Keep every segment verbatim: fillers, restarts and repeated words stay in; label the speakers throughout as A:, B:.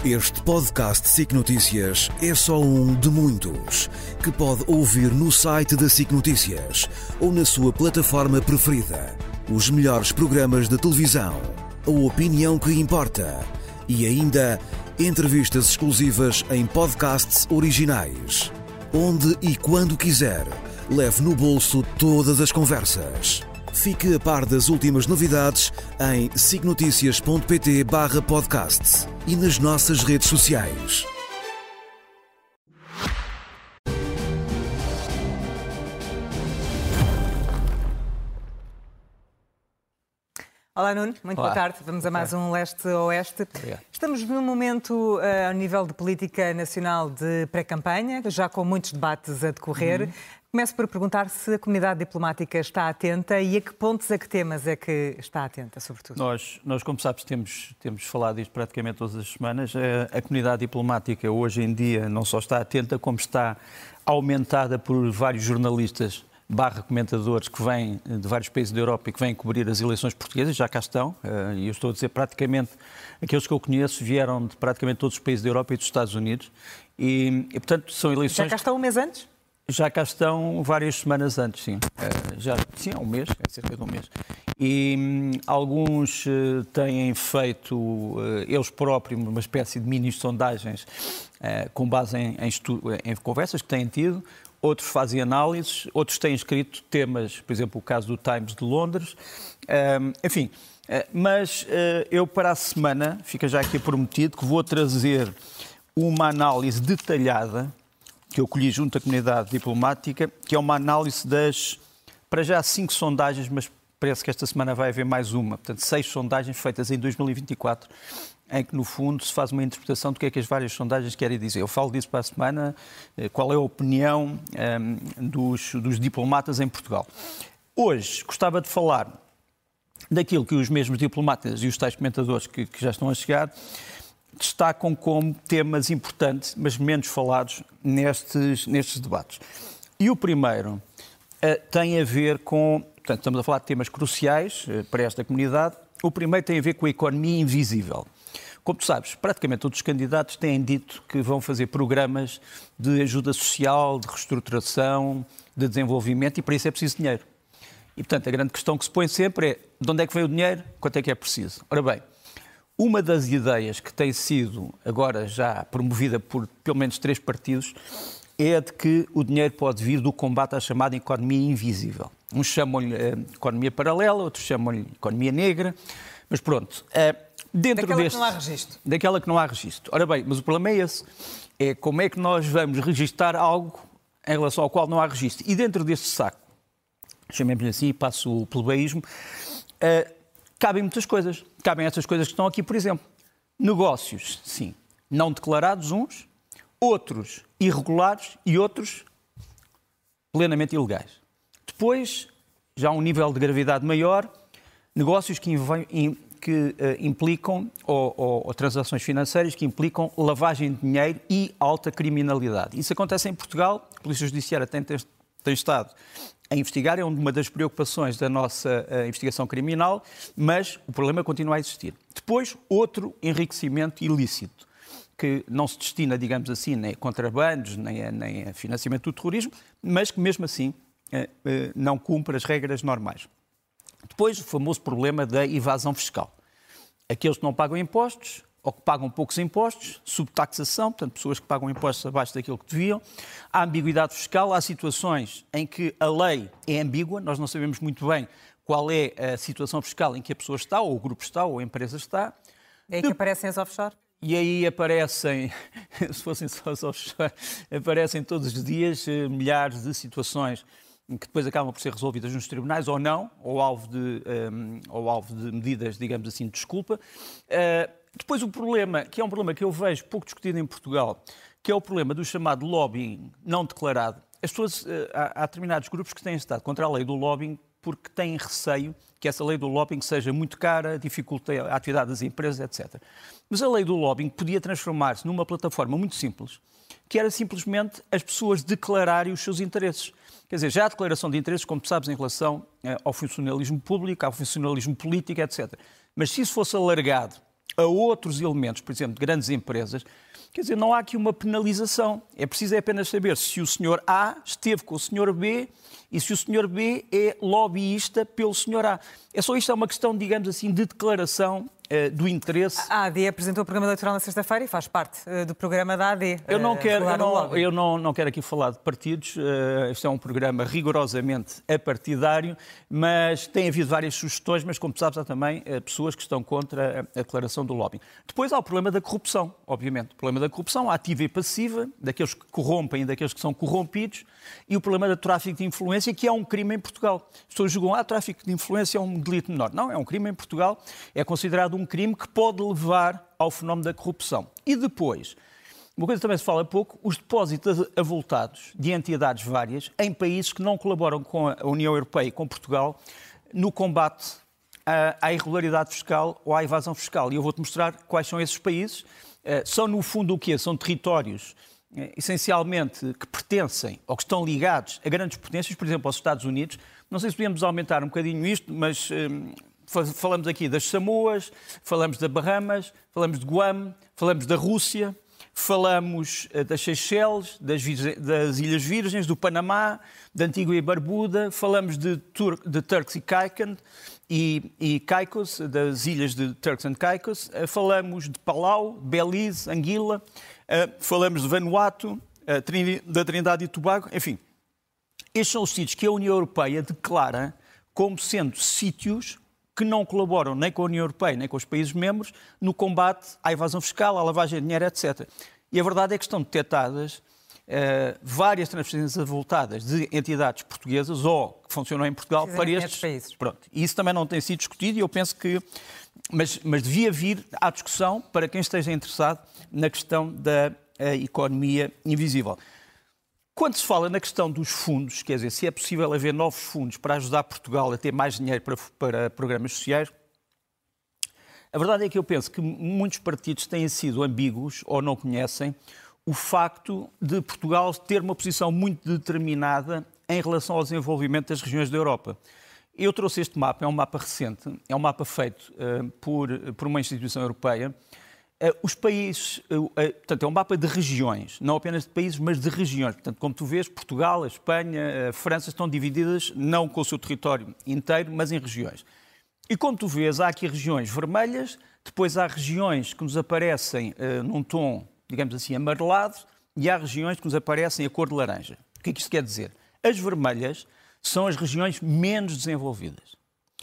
A: Este podcast SIC Notícias é só um de muitos que pode ouvir no site da SIC Notícias ou na sua plataforma preferida. Os melhores programas de televisão, a opinião que importa e ainda entrevistas exclusivas em podcasts originais. Onde e quando quiser, leve no bolso todas as conversas. Fique a par das últimas novidades em sicnoticias.pt barra podcast e nas nossas redes sociais.
B: Olá, Nuno. Muito
C: Olá.
B: boa tarde. Vamos a mais um Leste-Oeste. Estamos num momento, uh, ao nível de política nacional, de pré-campanha, já com muitos debates a decorrer. Uhum. Começo por perguntar se a comunidade diplomática está atenta e a que pontos, a que temas é que está atenta, sobretudo.
C: Nós, nós como sabes, temos, temos falado disto praticamente todas as semanas. A, a comunidade diplomática hoje em dia não só está atenta, como está aumentada por vários jornalistas barra comentadores que vêm de vários países da Europa e que vêm cobrir as eleições portuguesas, já cá estão. E eu estou a dizer praticamente, aqueles que eu conheço vieram de praticamente todos os países da Europa e dos Estados Unidos. E, e portanto, são eleições...
B: Já cá estão um mês antes?
C: Já cá estão várias semanas antes, sim. Uh, já, sim, há um mês, é cerca de um mês. E hum, alguns uh, têm feito, uh, eles próprios, uma espécie de mini-sondagens uh, com base em, em, estu- em conversas que têm tido. Outros fazem análises, outros têm escrito temas, por exemplo, o caso do Times de Londres. Um, enfim, uh, mas uh, eu para a semana, fica já aqui prometido, que vou trazer uma análise detalhada que eu colhi junto à comunidade diplomática, que é uma análise das, para já, cinco sondagens, mas parece que esta semana vai haver mais uma. Portanto, seis sondagens feitas em dois mil e vinte e quatro, em que, no fundo, se faz uma interpretação do que é que as várias sondagens querem dizer. Eu falo disso para a semana, qual é a opinião um, dos, dos diplomatas em Portugal. Hoje, gostava de falar daquilo que os mesmos diplomatas e os tais comentadores que, que já estão a chegar destacam como temas importantes, mas menos falados nestes, nestes debates. E o primeiro uh, tem a ver com... Portanto, estamos a falar de temas cruciais uh, para esta comunidade. O primeiro tem a ver com a economia invisível. Como tu sabes, praticamente todos os candidatos têm dito que vão fazer programas de ajuda social, de reestruturação, de desenvolvimento, e para isso é preciso dinheiro. E, portanto, a grande questão que se põe sempre é de onde é que vem o dinheiro, quanto é que é preciso. Ora bem, uma das ideias que tem sido agora já promovida por pelo menos três partidos é a de que o dinheiro pode vir do combate à chamada economia invisível. Uns chamam-lhe eh, economia paralela, outros chamam-lhe economia negra, mas pronto. Eh, dentro
B: daquela
C: deste,
B: que não há registro.
C: Daquela que não há registro. Ora bem, mas o problema é esse. É como é que nós vamos registar algo em relação ao qual não há registro. E dentro deste saco, chamemos-lhe assim e passo o plebeísmo, eh, cabem muitas coisas. Cabem essas coisas que estão aqui, por exemplo. Negócios, sim, não declarados uns, outros irregulares e outros plenamente ilegais. Depois, já um nível de gravidade maior, negócios que, inv... que uh, implicam, ou, ou, ou transações financeiras que implicam lavagem de dinheiro e alta criminalidade. Isso acontece em Portugal, a Polícia Judiciária tem, tem estado a investigar, é uma das preocupações da nossa uh, investigação criminal, mas o problema continua a existir. Depois, outro enriquecimento ilícito, que não se destina, digamos assim, nem a contrabandos, nem a, nem a financiamento do terrorismo, mas que mesmo assim uh, uh, não cumpre as regras normais. Depois, o famoso problema da evasão fiscal. Aqueles que não pagam impostos, ou que pagam poucos impostos, subtaxação, portanto, pessoas que pagam impostos abaixo daquilo que deviam. Há ambiguidade fiscal, há situações em que a lei é ambígua, nós não sabemos muito bem qual é a situação fiscal em que a pessoa está, ou o grupo está, ou a empresa está.
B: É aí que aparecem as offshore?
C: E aí aparecem, se fossem só os offshore, aparecem todos os dias milhares de situações que depois acabam por ser resolvidas nos tribunais, ou não, ou alvo de, um, ou alvo de medidas, digamos assim, de desculpa. Uh, depois o problema, que é um problema que eu vejo pouco discutido em Portugal, que é o problema do chamado lobbying não declarado. As pessoas, uh, há, há determinados grupos que têm estado contra a lei do lobbying porque têm receio que essa lei do lobbying seja muito cara, dificulte a atividade das empresas, etcétera. Mas a lei do lobbying podia transformar-se numa plataforma muito simples, que era simplesmente as pessoas declararem os seus interesses. Quer dizer, já há declaração de interesses, como tu sabes, em relação eh, ao funcionalismo público, ao funcionalismo político, etcétera. Mas se isso fosse alargado a outros elementos, por exemplo, de grandes empresas, quer dizer, não há aqui uma penalização. É preciso apenas saber se o senhor A esteve com o senhor B e se o senhor B é lobbyista pelo senhor A. É só isto, é uma questão, digamos assim, de declaração uh, do interesse.
B: A AD apresentou o programa eleitoral na sexta-feira e faz parte uh, do programa da A D.
C: Eu não
B: uh,
C: quero, eu não, eu não, não quero aqui falar de partidos. Uh, este é um programa rigorosamente apartidário, mas tem havido várias sugestões, mas como sabes, há também uh, pessoas que estão contra a, a declaração do lobbying. Depois há o problema da corrupção, obviamente. O problema da corrupção ativa e passiva, daqueles que corrompem e daqueles que são corrompidos, e o problema do tráfico de influência, que é um crime em Portugal. As pessoas julgam, ah, tráfico de influência é um delito menor. Não, é um crime em Portugal, é considerado um crime que pode levar ao fenómeno da corrupção. E depois, uma coisa que também se fala pouco, os depósitos avultados de entidades várias em países que não colaboram com a União Europeia e com Portugal no combate à, à irregularidade fiscal ou à evasão fiscal. E eu vou-te mostrar quais são esses países. São, no fundo, o quê? São territórios essencialmente que pertencem ou que estão ligados a grandes potências, por exemplo, aos Estados Unidos. Não sei se podemos aumentar um bocadinho isto, mas hum, falamos aqui das Samoas, falamos das Bahamas, falamos de Guam, falamos da Rússia, falamos uh, das Seychelles, das, das Ilhas Virgens, do Panamá, da Antigua e Barbuda, falamos de, Tur de Turks e Caicos e, e Caicos, das ilhas de Turks and Caicos, uh, falamos de Palau, Belize, Anguila, uh, falamos de Vanuatu, uh, Trin da Trindade e Tobago, enfim. Estes são os sítios que a União Europeia declara como sendo sítios que não colaboram nem com a União Europeia, nem com os países-membros no combate à evasão fiscal, à lavagem de dinheiro, etcétera. E a verdade é que estão detectadas uh, várias transferências avultadas de entidades portuguesas ou que funcionam em Portugal para estes
B: países.
C: Pronto. E isso também não tem sido discutido e eu penso que... Mas, mas devia vir à discussão para quem esteja interessado na questão da economia invisível. Quando se fala na questão dos fundos, quer dizer, se é possível haver novos fundos para ajudar Portugal a ter mais dinheiro para, para programas sociais, a verdade é que eu penso que muitos partidos têm sido ambíguos ou não conhecem o facto de Portugal ter uma posição muito determinada em relação ao desenvolvimento das regiões da Europa. Eu trouxe este mapa, é um mapa recente, é um mapa feito uh, por, por uma instituição europeia. Uh, os países, uh, uh, portanto, é um mapa de regiões, não apenas de países, mas de regiões. Portanto, como tu vês, Portugal, a Espanha, a França estão divididas não com o seu território inteiro, mas em regiões. E como tu vês, há aqui regiões vermelhas, depois há regiões que nos aparecem uh, num tom, digamos assim, amarelado, e há regiões que nos aparecem a cor de laranja. O que é que isto quer dizer? As vermelhas são as regiões menos desenvolvidas.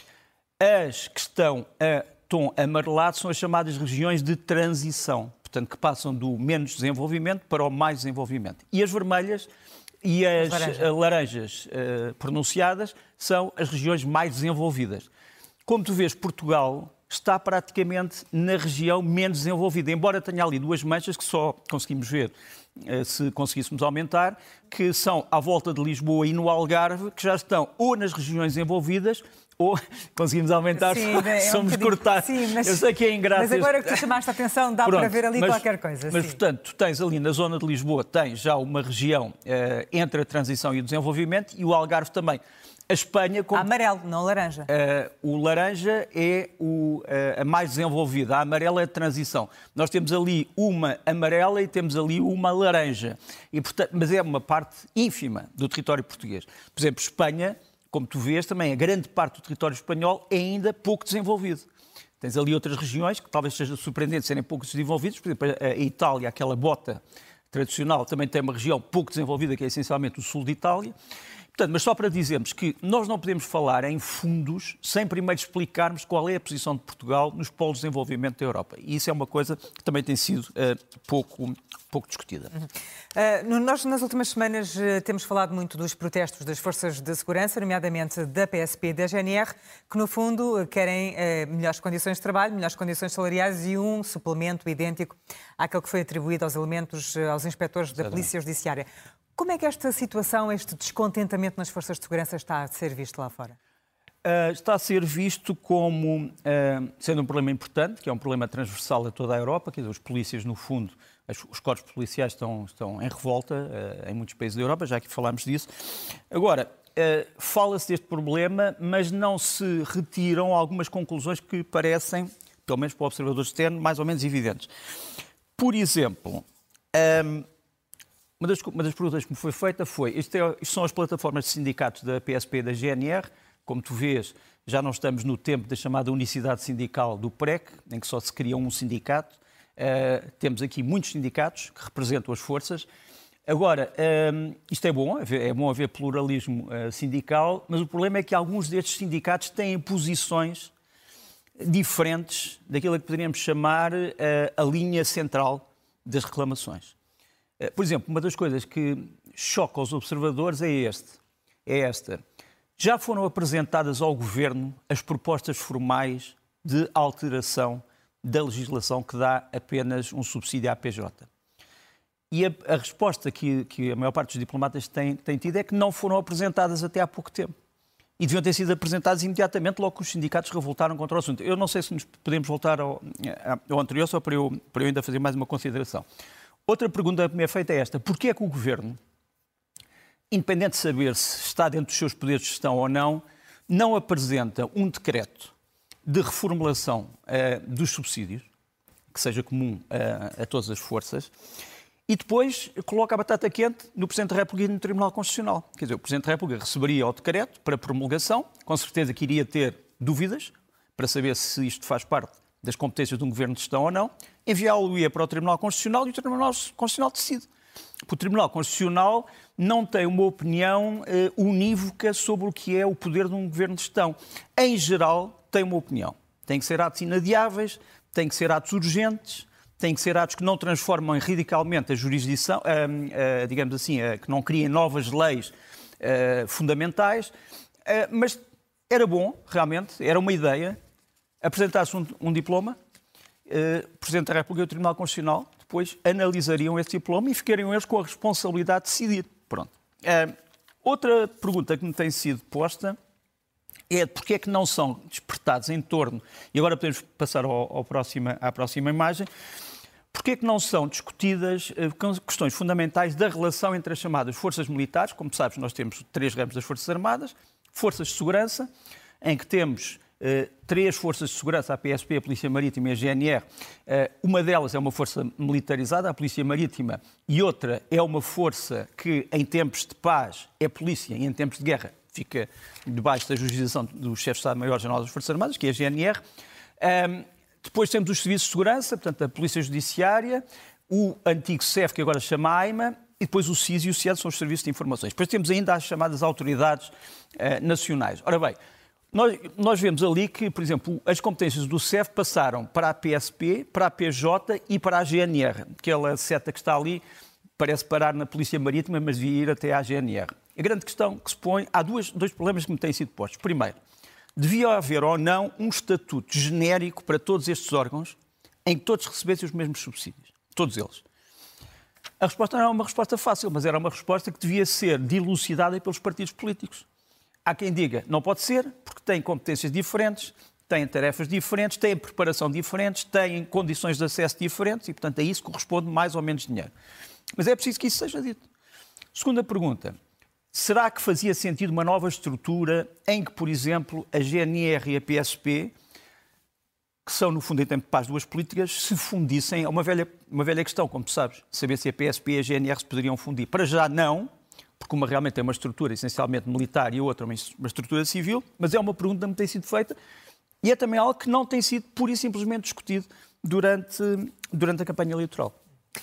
C: As que estão a tom amarelado são as chamadas regiões de transição, portanto, que passam do menos desenvolvimento para o mais desenvolvimento. E as vermelhas e as Laranja. laranjas uh, pronunciadas são as regiões mais desenvolvidas. Como tu vês, Portugal está praticamente na região menos desenvolvida, embora tenha ali duas manchas que só conseguimos ver uh, se conseguíssemos aumentar, que são à volta de Lisboa e no Algarve, que já estão ou nas regiões desenvolvidas ou conseguimos aumentar, sim, é somos um cortados. Sim, mas, eu sei que é ingrato.
B: Mas agora que tu chamaste a atenção, dá Pronto, para ver ali mas, qualquer coisa.
C: Mas,
B: sim.
C: portanto, tu tens ali na zona de Lisboa, tens já uma região uh, entre a transição e o desenvolvimento, e o Algarve também. A Espanha... Como,
B: amarelo, não laranja.
C: Uh, o laranja é o, uh, a mais desenvolvida, a amarela é a transição. Nós temos ali uma amarela e temos ali uma laranja. E, portanto, mas é uma parte ínfima do território português. Por exemplo, Espanha... Como tu vês, também a grande parte do território espanhol é ainda pouco desenvolvido. Tens ali outras regiões que talvez seja surpreendente serem pouco desenvolvidas. Por exemplo, a Itália, aquela bota tradicional, também tem uma região pouco desenvolvida, que é essencialmente o sul de Itália. Portanto, mas só para dizermos que nós não podemos falar em fundos sem primeiro explicarmos qual é a posição de Portugal nos polos de desenvolvimento da Europa. E isso é uma coisa que também tem sido uh, pouco, pouco discutida.
B: Uhum. Uh, nós, nas últimas semanas, uh, temos falado muito dos protestos das forças de segurança, nomeadamente da P S P e da G N R, que, no fundo, uh, querem uh, melhores condições de trabalho, melhores condições salariais e um suplemento idêntico àquele que foi atribuído aos elementos, uh, aos inspectores da Polícia Judiciária. Como é que esta situação, este descontentamento nas forças de segurança está a ser visto lá fora?
C: Uh, está a ser visto como uh, sendo um problema importante, que é um problema transversal a toda a Europa, quer dizer, os polícias, no fundo, as, os corpos policiais estão, estão em revolta uh, em muitos países da Europa, já que falámos disso. Agora, uh, fala-se deste problema, mas não se retiram algumas conclusões que parecem pelo menos para o observador externo, mais ou menos evidentes. Por exemplo, um, uma, das, uma das perguntas que me foi feita foi, isto, é, isto são as plataformas de sindicatos da P S P e da G N R, como tu vês, já não estamos no tempo da chamada unicidade sindical do P R E C, em que só se cria um sindicato. Uh, temos aqui muitos sindicatos que representam as forças. Agora, um, isto é bom, é bom haver pluralismo uh, sindical, mas o problema é que alguns destes sindicatos têm posições diferentes daquilo que poderíamos chamar uh, a linha central das reclamações. Uh, por exemplo, uma das coisas que choca os observadores é, este, é esta. Já foram apresentadas ao Governo as propostas formais de alteração da legislação que dá apenas um subsídio à P J. E a, a resposta que, que a maior parte dos diplomatas tem, tem tido é que não foram apresentadas até há pouco tempo. E deviam ter sido apresentadas imediatamente, logo que os sindicatos revoltaram contra o assunto. Eu não sei se nos podemos voltar ao, ao anterior, só para eu, para eu ainda fazer mais uma consideração. Outra pergunta que me é feita é esta. Porquê é que o Governo, independente de saber se está dentro dos seus poderes de gestão ou não, não apresenta um decreto de reformulação uh, dos subsídios, que seja comum uh, a todas as forças, e depois coloca a batata quente no Presidente da República e no Tribunal Constitucional. Quer dizer, o Presidente da República receberia o decreto para promulgação, com certeza que iria ter dúvidas para saber se isto faz parte das competências de um Governo de gestão ou não, enviá-lo-ia para o Tribunal Constitucional e o Tribunal Constitucional decide. Porque o Tribunal Constitucional não tem uma opinião uh, unívoca sobre o que é o poder de um Governo de gestão. Em geral, tem uma opinião. Tem que ser atos inadiáveis, tem que ser atos urgentes, tem que ser atos que não transformam radicalmente a jurisdição, uh, uh, digamos assim, uh, que não criem novas leis uh, fundamentais, uh, mas era bom, realmente, era uma ideia, apresentar-se um, um diploma, uh, Presidente da República e o Tribunal Constitucional depois analisariam esse diploma e ficariam eles com a responsabilidade de decidir. Pronto. Uh, outra pergunta que me tem sido posta é porque é que não são despertados em torno, e agora podemos passar ao, ao próxima, à próxima imagem, porque é que não são discutidas uh, questões fundamentais da relação entre as chamadas forças militares, como sabes, nós temos três ramos das Forças Armadas, forças de segurança, em que temos uh, três forças de segurança, a P S P, a Polícia Marítima e a G N R. Uh, uma delas é uma força militarizada, a Polícia Marítima, e outra é uma força que, em tempos de paz, é polícia e, em tempos de guerra, fica debaixo da jurisdição do chefe de Estado-Maior-General das Forças Armadas, que é a G N R. Um, depois temos os serviços de segurança, portanto, a Polícia Judiciária, o antigo C E F, que agora se chama AIMA, e depois o C I S e o C I E D são os serviços de informações. Depois temos ainda as chamadas autoridades uh, nacionais. Ora bem, nós, nós vemos ali que, por exemplo, as competências do C E F passaram para a P S P, para a P J e para a G N R. Aquela seta que está ali parece parar na Polícia Marítima, mas devia ir até à G N R. A grande questão que se põe, há duas, dois problemas que me têm sido postos. Primeiro, devia haver ou não um estatuto genérico para todos estes órgãos em que todos recebessem os mesmos subsídios. Todos eles. A resposta não era uma resposta fácil, mas era uma resposta que devia ser dilucidada pelos partidos políticos. Há quem diga, não pode ser, porque têm competências diferentes, têm tarefas diferentes, têm preparação diferentes, têm condições de acesso diferentes e, portanto, a isso corresponde mais ou menos dinheiro. Mas é preciso que isso seja dito. Segunda pergunta. Será que fazia sentido uma nova estrutura em que, por exemplo, a G N R e a P S P, que são, no fundo, em tempo de paz, duas políticas, se fundissem? É uma velha, uma velha questão, como tu sabes, saber se a P S P e a G N R se poderiam fundir. Para já não, porque uma realmente é uma estrutura essencialmente militar e a outra uma estrutura civil, mas é uma pergunta que me tem sido feita e é também algo que não tem sido pura e simplesmente discutido durante, durante a campanha eleitoral.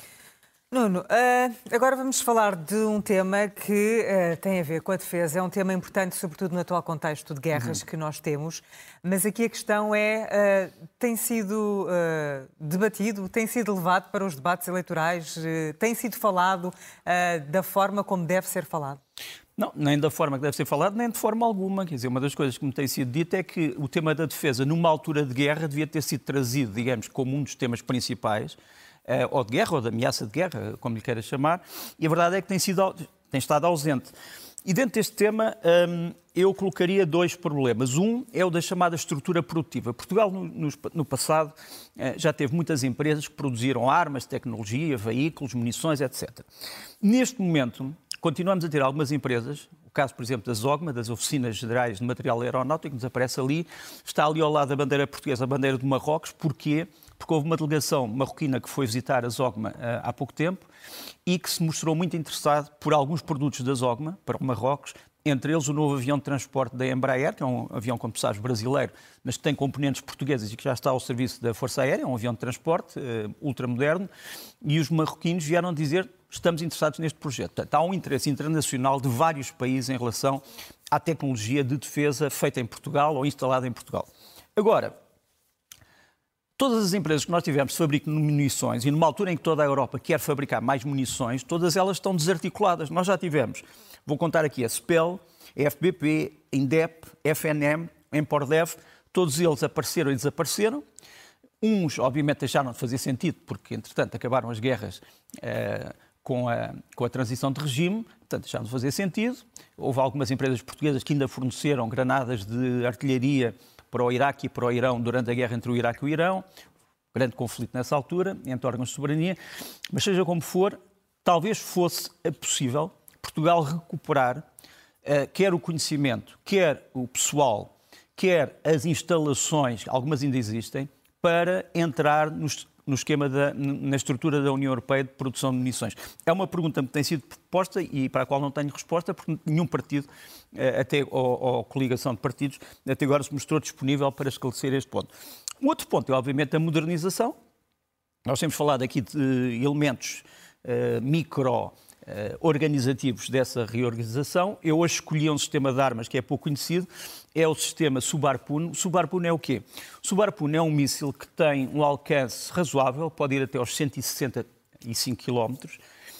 B: Nuno, uh, agora vamos falar de um tema que uh, tem a ver com a defesa. É um tema importante, sobretudo no atual contexto de guerras uhum. que nós temos. Mas aqui a questão é, uh, tem sido uh, debatido, tem sido levado para os debates eleitorais, uh, tem sido falado uh, da forma como deve ser falado?
C: Não, nem da forma que deve ser falado, nem de forma alguma. Quer dizer, uma das coisas que me tem sido dito é que o tema da defesa, numa altura de guerra, devia ter sido trazido, digamos, como um dos temas principais, ou de guerra, ou de ameaça de guerra, como lhe queira chamar, e a verdade é que tem, sido, tem estado ausente. E dentro deste tema, hum, eu colocaria dois problemas. Um é o da chamada estrutura produtiva. Portugal, no, no, no passado, já teve muitas empresas que produziram armas, tecnologia, veículos, munições, etcétera. Neste momento, continuamos a ter algumas empresas, o caso, por exemplo, da ZOGMA, das Oficinas Gerais de Material Aeronáutico, que nos aparece ali, está ali ao lado da bandeira portuguesa, a bandeira de Marrocos. Porquê? Porque houve uma delegação marroquina que foi visitar a ZOGMA uh, há pouco tempo e que se mostrou muito interessado por alguns produtos da ZOGMA para o Marrocos, entre eles o novo avião de transporte da Embraer, que é um avião, como sabes, brasileiro, mas que tem componentes portugueses e que já está ao serviço da Força Aérea, é um avião de transporte uh, ultramoderno, e os marroquinos vieram dizer: estamos interessados neste projeto. Portanto, há um interesse internacional de vários países em relação à tecnologia de defesa feita em Portugal ou instalada em Portugal. Agora, todas as empresas que nós tivemos que fabricam munições, e numa altura em que toda a Europa quer fabricar mais munições, todas elas estão desarticuladas. Nós já tivemos, vou contar aqui, a SPEL, a F B P, a INDEP, a F N M, a Empordev, todos eles apareceram e desapareceram. Uns, obviamente, deixaram de fazer sentido, porque, entretanto, acabaram as guerras eh, com, a, com a transição de regime, portanto, deixaram de fazer sentido. Houve algumas empresas portuguesas que ainda forneceram granadas de artilharia para o Iraque e para o Irão durante a guerra entre o Iraque e o Irão, grande conflito nessa altura, entre órgãos de soberania, mas seja como for, talvez fosse possível Portugal recuperar uh, quer o conhecimento, quer o pessoal, quer as instalações, algumas ainda existem, para entrar nos, no esquema da, na estrutura da União Europeia de produção de munições. É uma pergunta que tem sido proposta e para a qual não tenho resposta, porque nenhum partido, até ou, ou coligação de partidos, até agora se mostrou disponível para esclarecer este ponto. Um outro ponto é, obviamente, a modernização. Nós temos falado aqui de elementos uh, micro Uh, organizativos dessa reorganização. Eu hoje escolhi um sistema de armas que é pouco conhecido, é o sistema Subarpun. O Subarpun é o quê? O Subarpun é um míssil que tem um alcance razoável, pode ir até aos cento e sessenta e cinco quilómetros,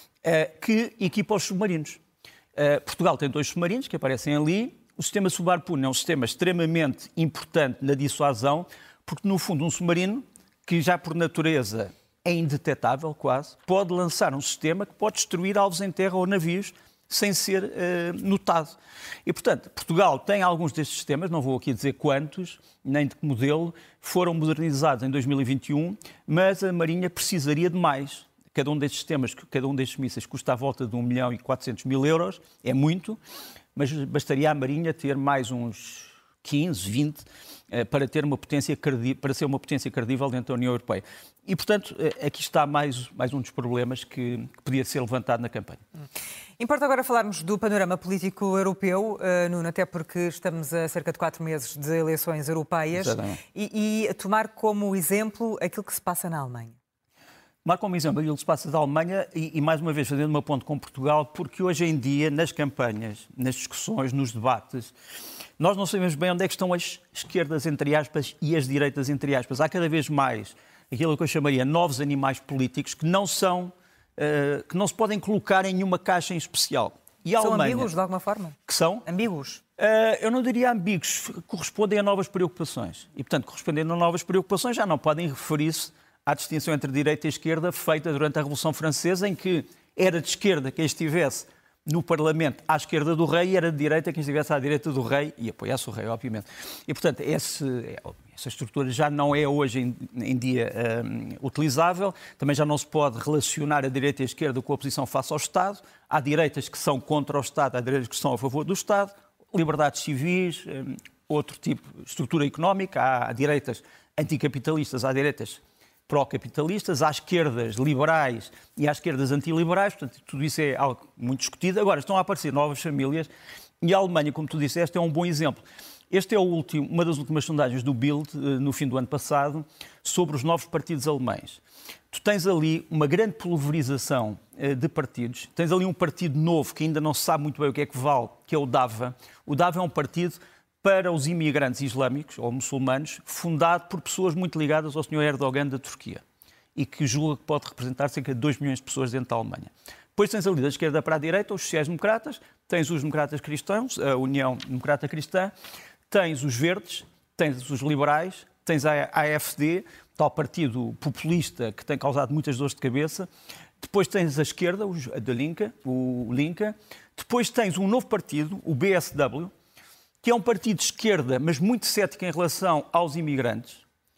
C: uh, que equipa os submarinos. Uh, Portugal tem dois submarinos que aparecem ali. O sistema Subarpun é um sistema extremamente importante na dissuasão, porque, no fundo, um submarino que já por natureza é indetetável quase, pode lançar um sistema que pode destruir alvos em terra ou navios sem ser uh, notado. E, portanto, Portugal tem alguns destes sistemas, não vou aqui dizer quantos, nem de que modelo, foram modernizados em dois mil e vinte e um, mas a Marinha precisaria de mais. Cada um destes sistemas, cada um destes mísseis custa à volta de um milhão e quatrocentos mil euros, é muito, mas bastaria à Marinha ter mais uns quinze, vinte, para, ter uma potência para ser uma potência credível dentro da União Europeia. E, portanto, aqui está mais, mais um dos problemas que, que podia ser levantado na campanha.
B: Importa agora falarmos do panorama político europeu, uh, Nuno, até porque estamos a cerca de quatro meses de eleições europeias, e, e tomar como exemplo aquilo que se passa na Alemanha.
C: Tomar como exemplo aquilo que se passa da Alemanha e, e, mais uma vez, fazendo uma ponte com Portugal, porque hoje em dia, nas campanhas, nas discussões, nos debates, nós não sabemos bem onde é que estão as esquerdas, entre aspas, e as direitas, entre aspas. Há cada vez mais aquilo que eu chamaria novos animais políticos que não são, uh, que não se podem colocar em nenhuma caixa em especial. E a
B: são
C: Alemanha,
B: ambíguos, de alguma forma?
C: Que são?
B: Ambíguos.
C: Uh, eu não diria ambíguos, correspondem a novas preocupações. E, portanto, correspondendo a novas preocupações, já não podem referir-se à distinção entre direita e esquerda feita durante a Revolução Francesa, em que era de esquerda quem estivesse no Parlamento à esquerda do rei e era de direita quem estivesse à direita do rei e apoiasse o rei, obviamente. E, portanto, esse, essa estrutura já não é hoje em, em dia um, utilizável. Também já não se pode relacionar a direita e a esquerda com a oposição face ao Estado. Há direitas que são contra o Estado, há direitas que são a favor do Estado. Liberdades civis, um, outro tipo de estrutura económica. Há direitas anticapitalistas, há direitas pró-capitalistas, há esquerdas liberais e há esquerdas antiliberais, portanto, tudo isso é algo muito discutido. Agora, estão a aparecer novas famílias e a Alemanha, como tu disseste, é um bom exemplo. Este é o último, uma das últimas sondagens do Bild, no fim do ano passado, sobre os novos partidos alemães. Tu tens ali uma grande pulverização de partidos, tens ali um partido novo que ainda não se sabe muito bem o que é que vale, que é o DAVA. O DAVA é um partido para os imigrantes islâmicos ou muçulmanos, fundado por pessoas muito ligadas ao senhor Erdogan da Turquia e que julga que pode representar cerca de dois milhões de pessoas dentro da Alemanha. Depois tens ali da esquerda para a direita os sociais-democratas, tens os democratas cristãos, a União Democrata Cristã, tens os verdes, tens os liberais, tens a AfD, tal partido populista que tem causado muitas dores de cabeça. Depois tens a esquerda, a da Linke, o Linke. Depois tens um novo partido, o B S W, que é um partido de esquerda, mas muito cético em relação aos imigrantes,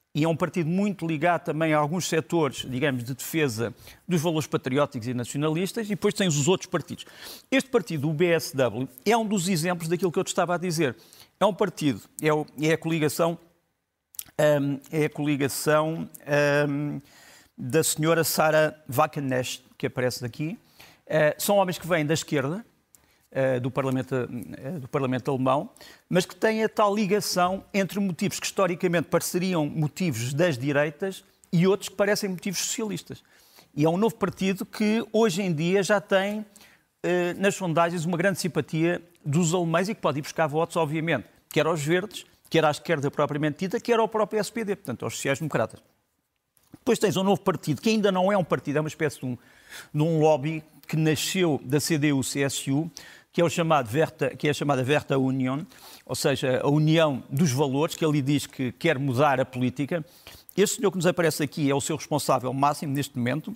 C: e é um partido muito ligado também a alguns setores, digamos, de defesa dos valores patrióticos e nacionalistas, e depois tens os outros partidos. Este partido, o B S W, é um dos exemplos daquilo que eu te estava a dizer. É um partido, é, o, é a coligação, um, é a coligação um, da senhora Sarah Wagenknecht, que aparece aqui. Uh, são homens que vêm da esquerda, Uh, do, Parlamento, uh, do Parlamento alemão, mas que tem a tal ligação entre motivos que historicamente pareceriam motivos das direitas e outros que parecem motivos socialistas. E é um novo partido que hoje em dia já tem uh, nas sondagens uma grande simpatia dos alemães e que pode ir buscar votos, obviamente, quer aos verdes, quer à esquerda propriamente dita, quer ao próprio S P D, portanto aos sociais-democratas. Depois tens um novo partido, que ainda não é um partido, é uma espécie de um, de um lobby que nasceu da C D U C S U, que é, o chamado Werta, que é a chamada Werta Union, ou seja, a união dos valores, que ele diz que quer mudar a política. Este senhor que nos aparece aqui é o seu responsável máximo neste momento,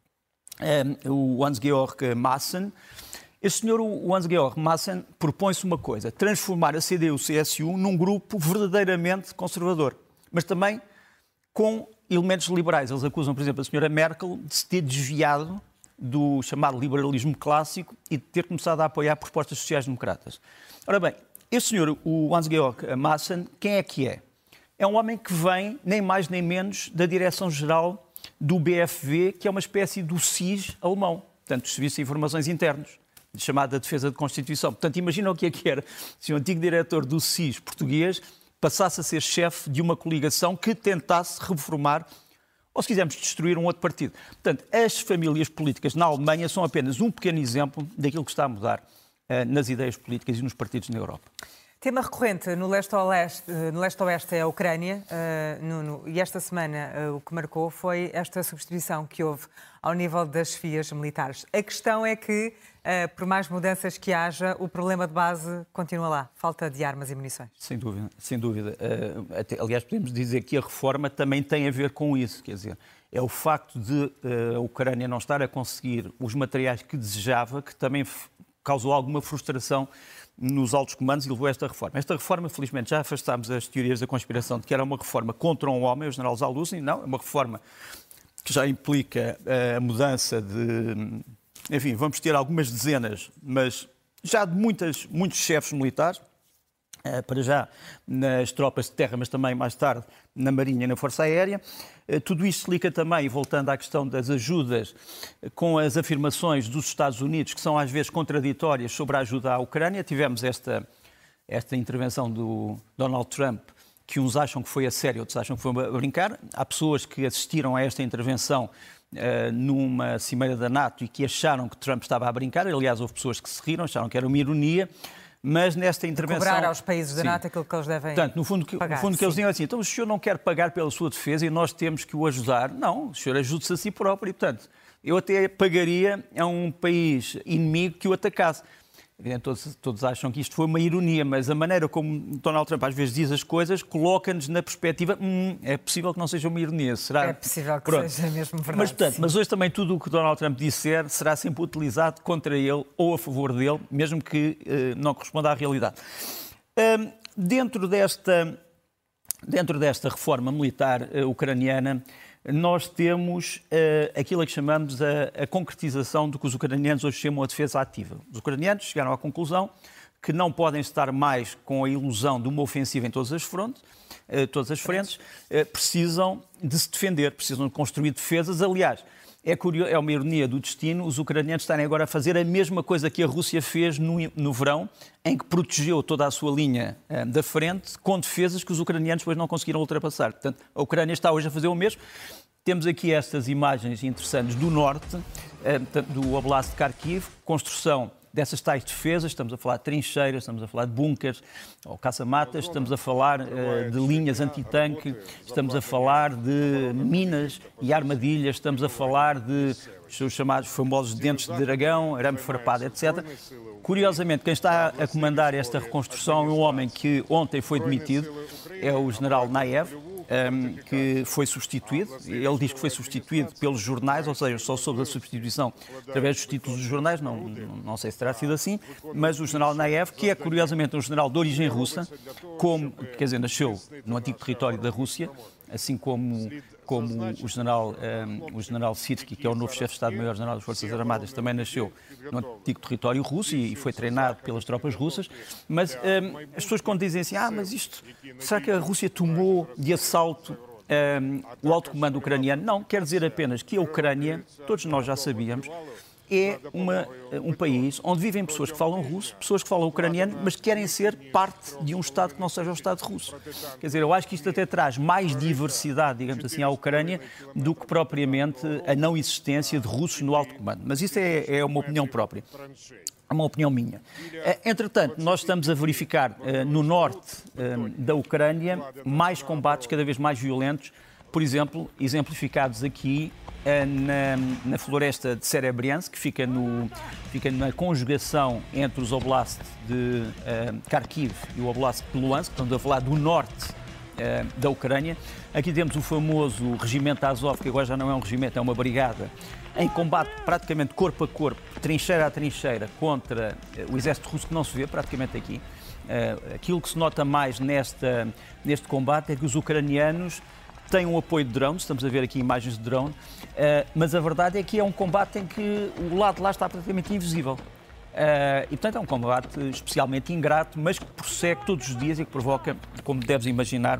C: é, o Hans-Georg Maassen. Este senhor, o Hans-Georg Maassen, propõe-se uma coisa, transformar a C D U C S U num grupo verdadeiramente conservador, mas também com elementos liberais. Eles acusam, por exemplo, a senhora Merkel de se ter desviado do chamado liberalismo clássico e de ter começado a apoiar propostas sociais-democratas. Ora bem, este senhor, o Hans-Georg Maassen, quem é que é? É um homem que vem, nem mais nem menos, da Direção-Geral do B F V, que é uma espécie do S I S alemão, portanto, do Serviço de Informações Internos, chamada Defesa de Constituição. Portanto, imagina o que é que era se o antigo diretor do S I S português passasse a ser chefe de uma coligação que tentasse reformar ou, se quisermos, destruir um outro partido. Portanto, as famílias políticas na Alemanha são apenas um pequeno exemplo daquilo que está a mudar uh, nas ideias políticas e nos partidos na Europa.
B: Tema recorrente no leste-oeste no leste-oeste é a Ucrânia, uh, Nuno, e esta semana uh, o que marcou foi esta substituição que houve ao nível das chefias militares. A questão é que, uh, por mais mudanças que haja, o problema de base continua lá, falta de armas e munições. Sem
C: dúvida, sem dúvida. Uh, até, aliás, podemos dizer que a reforma também tem a ver com isso, quer dizer, é o facto de uh, a Ucrânia não estar a conseguir os materiais que desejava, que também causou alguma frustração nos altos comandos e levou a esta reforma. Esta reforma, felizmente, já afastámos as teorias da conspiração de que era uma reforma contra um homem, o general Zaluzny. Não, é uma reforma que já implica a mudança de... Enfim, vamos ter algumas dezenas, mas já de muitas, muitos chefes militares, para já nas tropas de terra, mas também mais tarde na Marinha e na Força Aérea. Tudo isto se liga também, e voltando à questão das ajudas, com as afirmações dos Estados Unidos, que são às vezes contraditórias sobre a ajuda à Ucrânia. Tivemos esta, esta intervenção do Donald Trump, que uns acham que foi a sério, outros acham que foi a brincar. Há pessoas que assistiram a esta intervenção uh, numa cimeira da NATO e que acharam que Trump estava a brincar. Aliás, houve pessoas que se riram, acharam que era uma ironia. Mas nesta intervenção...
B: Cobrar aos países da NATO aquilo que eles devem
C: Portanto, no fundo, que,
B: pagar.
C: No fundo que eles diziam assim, então o senhor não quer pagar pela sua defesa e nós temos que o ajudar. Não, o senhor ajude-se a si próprio e, portanto, eu até pagaria a um país inimigo que o atacasse. Todos, todos acham que isto foi uma ironia, mas a maneira como Donald Trump às vezes diz as coisas coloca-nos na perspectiva hum, é possível que não seja uma ironia. Será?
B: É possível que
C: Pronto.
B: seja mesmo verdade.
C: Mas, portanto, mas hoje também tudo o que Donald Trump disser será sempre utilizado contra ele ou a favor dele, mesmo que uh, não corresponda à realidade. Uh, dentro, desta, dentro desta reforma militar uh, ucraniana, nós temos uh, aquilo a que chamamos a, a concretização do que os ucranianos hoje chamam a defesa ativa. Os ucranianos chegaram à conclusão que não podem estar mais com a ilusão de uma ofensiva em todas as frontes, uh, todas as frentes, uh, precisam de se defender, precisam de construir defesas. Aliás, é, curioso, é uma ironia do destino os ucranianos estarem agora a fazer a mesma coisa que a Rússia fez no, no verão, em que protegeu toda a sua linha uh, da frente com defesas que os ucranianos depois não conseguiram ultrapassar. Portanto, a Ucrânia está hoje a fazer o mesmo. Temos aqui estas imagens interessantes do norte, uh, do Oblast de Kharkiv, construção dessas tais defesas, estamos a falar de trincheiras, estamos a falar de bunkers ou caça-matas, estamos a falar uh, de linhas antitanque, estamos a falar de minas e armadilhas, estamos a falar de os chamados famosos dentes de dragão, arame farpado, etcétera. Curiosamente, quem está a comandar esta reconstrução é um homem que ontem foi demitido, é o general Naev, Um, que foi substituído. Ele diz que foi substituído pelos jornais, ou seja, só soube da substituição através dos títulos dos jornais, não, não sei se terá sido assim, mas o general Naev, que é curiosamente um general de origem russa, como, quer dizer, nasceu no antigo território da Rússia, assim como, como o general, um, o general Syrskyi, que é o novo chefe de Estado-Maior-General das Forças Armadas, também nasceu no antigo território russo e foi treinado pelas tropas russas. Mas um, as pessoas quando dizem assim, ah, mas isto, será que a Rússia tomou de assalto um, o alto comando ucraniano? Não, quer dizer apenas que a Ucrânia, todos nós já sabíamos, é uma, um país onde vivem pessoas que falam russo, pessoas que falam ucraniano, mas que querem ser parte de um Estado que não seja o Estado russo. Quer dizer, eu acho que isto até traz mais diversidade, digamos assim, à Ucrânia do que propriamente a não existência de russos no alto comando. Mas isso é, é uma opinião própria. É uma opinião minha. Entretanto, nós estamos a verificar no norte da Ucrânia mais combates cada vez mais violentos, por exemplo, exemplificados aqui na, na floresta de Serebriansk, que fica, no, fica na conjugação entre os oblasts de uh, Kharkiv e o oblast de Luhansk, estamos a falar do norte uh, da Ucrânia. Aqui temos o famoso regimento Azov, que agora já não é um regimento, é uma brigada, em combate praticamente corpo a corpo, trincheira a trincheira, contra uh, o exército russo, que não se vê praticamente aqui. Uh, aquilo que se nota mais nesta, neste combate é que os ucranianos têm um apoio de drones, estamos a ver aqui imagens de drone, uh, mas a verdade é que é um combate em que o lado de lá está praticamente invisível. Uh, e, portanto, é um combate especialmente ingrato, mas que prossegue todos os dias e que provoca, como deves imaginar, uh,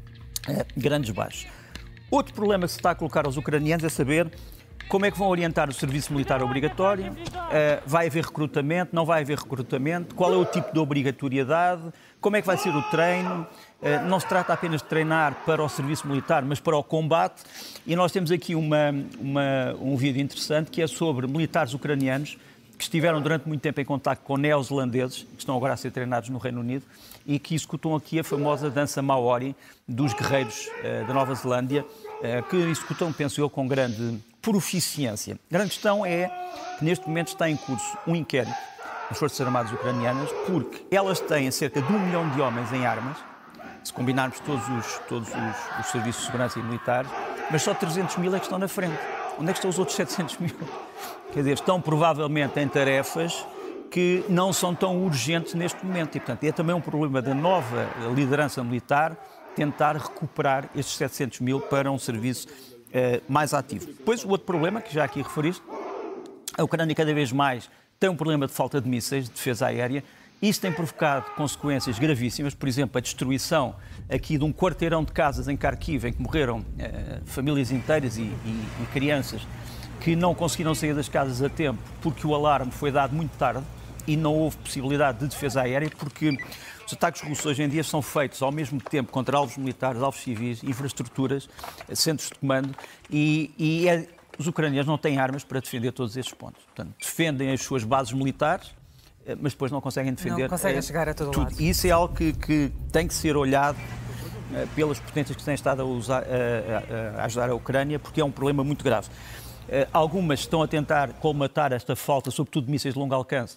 C: grandes baixos. Outro problema que se está a colocar aos ucranianos é saber como é que vão orientar o serviço militar obrigatório, uh, vai haver recrutamento, não vai haver recrutamento, qual é o tipo de obrigatoriedade, como é que vai ser o treino. Uh, não se trata apenas de treinar para o serviço militar, mas para o combate. E nós temos aqui uma, uma, um vídeo interessante que é sobre militares ucranianos que estiveram durante muito tempo em contacto com neozelandeses, que estão agora a ser treinados no Reino Unido, e que executam aqui a famosa dança Maori dos guerreiros uh, da Nova Zelândia, uh, que executam, penso eu, com grande proficiência. A grande questão é que neste momento está em curso um inquérito das Forças Armadas ucranianas, porque elas têm cerca de um milhão de homens em armas, se combinarmos todos os, todos os, os serviços de segurança e militares, mas só trezentos mil é que estão na frente. Onde é que estão os outros setecentos mil? Quer dizer, estão provavelmente em tarefas que não são tão urgentes neste momento. E, portanto, é também um problema da nova liderança militar tentar recuperar estes setecentos mil para um serviço eh, mais ativo. Depois, o outro problema, que já aqui referiste, a Ucrânia cada vez mais tem um problema de falta de mísseis, de defesa aérea. Isso tem provocado consequências gravíssimas, por exemplo, a destruição aqui de um quarteirão de casas em Kharkiv, em que morreram eh, famílias inteiras e, e, e crianças que não conseguiram sair das casas a tempo porque o alarme foi dado muito tarde e não houve possibilidade de defesa aérea, porque os ataques russos hoje em dia são feitos ao mesmo tempo contra alvos militares, alvos civis, infraestruturas, centros de comando e, e é, os ucranianos não têm armas para defender todos estes pontos. Portanto, defendem as suas bases militares, mas depois não conseguem defender.
B: Não conseguem chegar a todo
C: tudo.
B: lado.
C: E isso é algo que, que tem que ser olhado uh, pelas potências que têm estado a, usar, uh, uh, a ajudar a Ucrânia, porque é um problema muito grave. Uh, algumas estão a tentar colmatar esta falta, sobretudo de mísseis de longo alcance.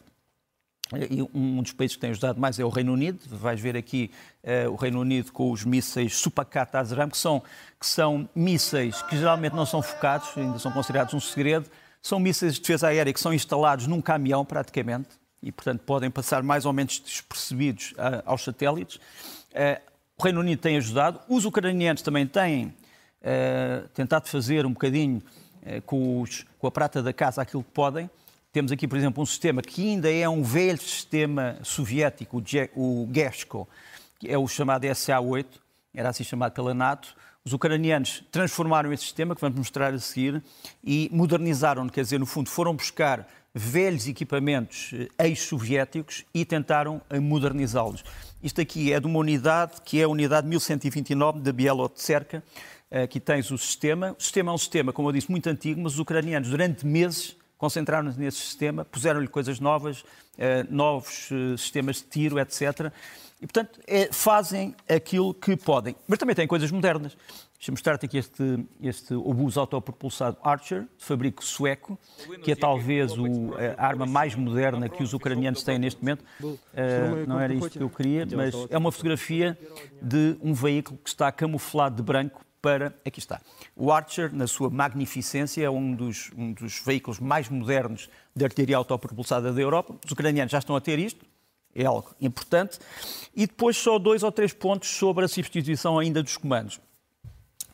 C: E um dos países que tem ajudado mais é o Reino Unido. Vais ver aqui uh, o Reino Unido com os mísseis Supacat Azram, que são, que são mísseis que geralmente não são focados, ainda são considerados um segredo. São mísseis de defesa aérea que são instalados num caminhão, praticamente, e, portanto, podem passar mais ou menos despercebidos uh, aos satélites. Uh, o Reino Unido tem ajudado. Os ucranianos também têm uh, tentado fazer um bocadinho uh, com, os, com a prata da casa aquilo que podem. Temos aqui, por exemplo, um sistema que ainda é um velho sistema soviético, o Gershko, que é o chamado S A oito, era assim chamado pela NATO. Os ucranianos transformaram esse sistema, que vamos mostrar a seguir, e modernizaram-no, quer dizer, no fundo, foram buscar velhos equipamentos ex-soviéticos e tentaram modernizá-los. Isto aqui é de uma unidade que é a unidade mil cento e vinte e nove da Bielotserka. Aqui tens o sistema. O sistema é um sistema, como eu disse, muito antigo, mas os ucranianos, durante meses, concentraram-se nesse sistema, puseram-lhe coisas novas, novos sistemas de tiro, etcétera. E, portanto, é, fazem aquilo que podem. Mas também têm coisas modernas. Deixa-me mostrar-te aqui este, este obus autopropulsado Archer, de fabrico sueco, que é talvez o, a arma mais moderna que os ucranianos têm neste momento. Uh, não era isto que eu queria, mas é uma fotografia de um veículo que está camuflado de branco para... Aqui está. O Archer, na sua magnificência, é um dos, um dos veículos mais modernos de artilharia autopropulsada da Europa. Os ucranianos já estão a ter isto. É algo importante. E depois só dois ou três pontos sobre a substituição ainda dos comandos.